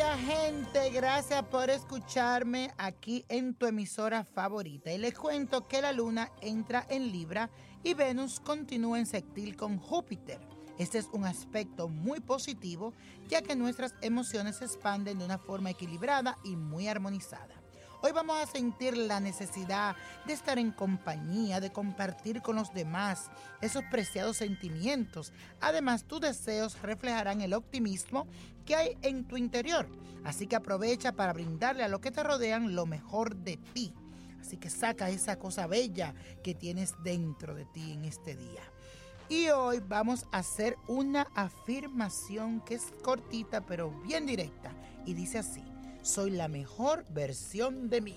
Hola gente, gracias por escucharme aquí en tu emisora favorita. Y les cuento que la luna entra en Libra y Venus continúa en sextil con Júpiter. Este es un aspecto muy positivo, ya que nuestras emociones se expanden de una forma equilibrada y muy armonizada. Hoy vamos a sentir la necesidad de estar en compañía, de compartir con los demás esos preciados sentimientos. Además, tus deseos reflejarán el optimismo que hay en tu interior. Así que aprovecha para brindarle a los que te rodean lo mejor de ti. Así que saca esa cosa bella que tienes dentro de ti en este día. Y hoy vamos a hacer una afirmación que es cortita pero bien directa. Y dice así: soy la mejor versión de mí.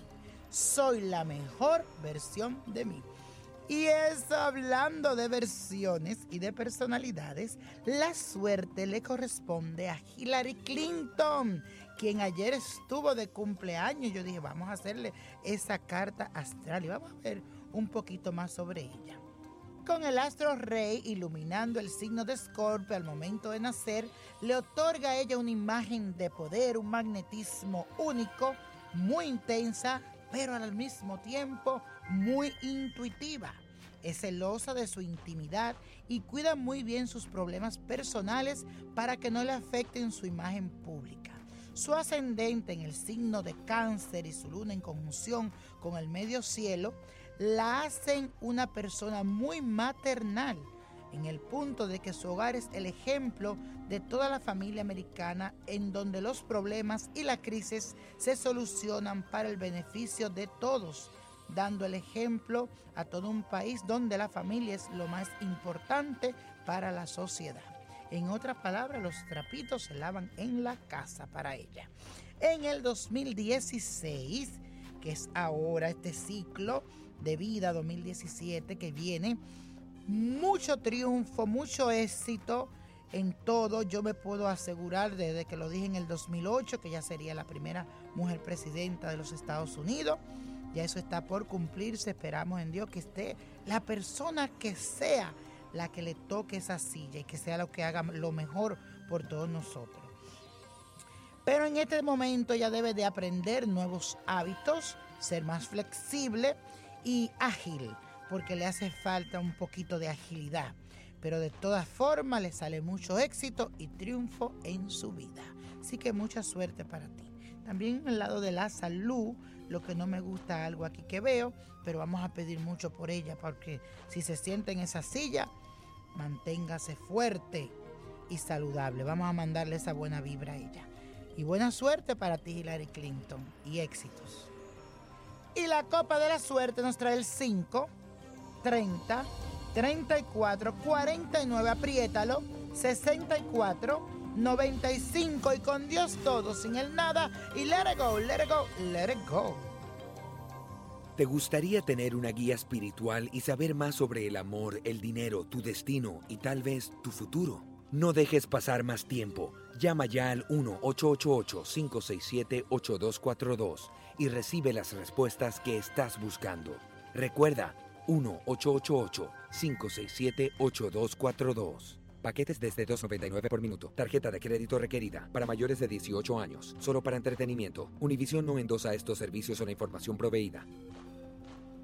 Soy la mejor versión de mí. Y eso, hablando de versiones y de personalidades, la suerte le corresponde a Hillary Clinton, quien ayer estuvo de cumpleaños. Yo dije, vamos a hacerle esa carta astral y vamos a ver un poquito más sobre ella. Con el astro rey iluminando el signo de Escorpio al momento de nacer, le otorga a ella una imagen de poder, un magnetismo único, muy intensa, pero al mismo tiempo muy intuitiva. Es celosa de su intimidad y cuida muy bien sus problemas personales para que no le afecten su imagen pública. Su ascendente en el signo de Cáncer y su luna en conjunción con el medio cielo la hacen una persona muy maternal, en el punto de que su hogar es el ejemplo de toda la familia americana, en donde los problemas y la crisis se solucionan para el beneficio de todos, dando el ejemplo a todo un país donde la familia es lo más importante para la sociedad. En otras palabras, los trapitos se lavan en la casa para ella. En el 2016, que es ahora este ciclo de vida 2017 que viene, mucho triunfo, mucho éxito en todo. Yo me puedo asegurar desde que lo dije en el 2008 que ya sería la primera mujer presidenta de los Estados Unidos. Ya eso está por cumplirse. Esperamos en Dios que esté la persona que sea la que le toque esa silla y que sea lo que haga lo mejor por todos nosotros. Pero en este momento ella debe de aprender nuevos hábitos, ser más flexible y ágil, porque le hace falta un poquito de agilidad. Pero de todas formas le sale mucho éxito y triunfo en su vida. Así que mucha suerte para ti. También al lado de la salud, lo que no me gusta algo aquí que veo, pero vamos a pedir mucho por ella, porque si se siente en esa silla, manténgase fuerte y saludable. Vamos a mandarle esa buena vibra a ella. Y buena suerte para ti, Hillary Clinton, y éxitos. Y la copa de la suerte nos trae el 5, 30, 34, 49, apriétalo, 64, 95 y con Dios todo, sin el nada y let it go, let it go, let it go. ¿Te gustaría tener una guía espiritual y saber más sobre el amor, el dinero, tu destino y tal vez tu futuro? No dejes pasar más tiempo. Llama ya al 1-888-567-8242 y recibe las respuestas que estás buscando. Recuerda, 1-888-567-8242. Paquetes desde $2.99 por minuto. Tarjeta de crédito requerida para mayores de 18 años. Solo para entretenimiento. Univision no endosa estos servicios o la información proveída.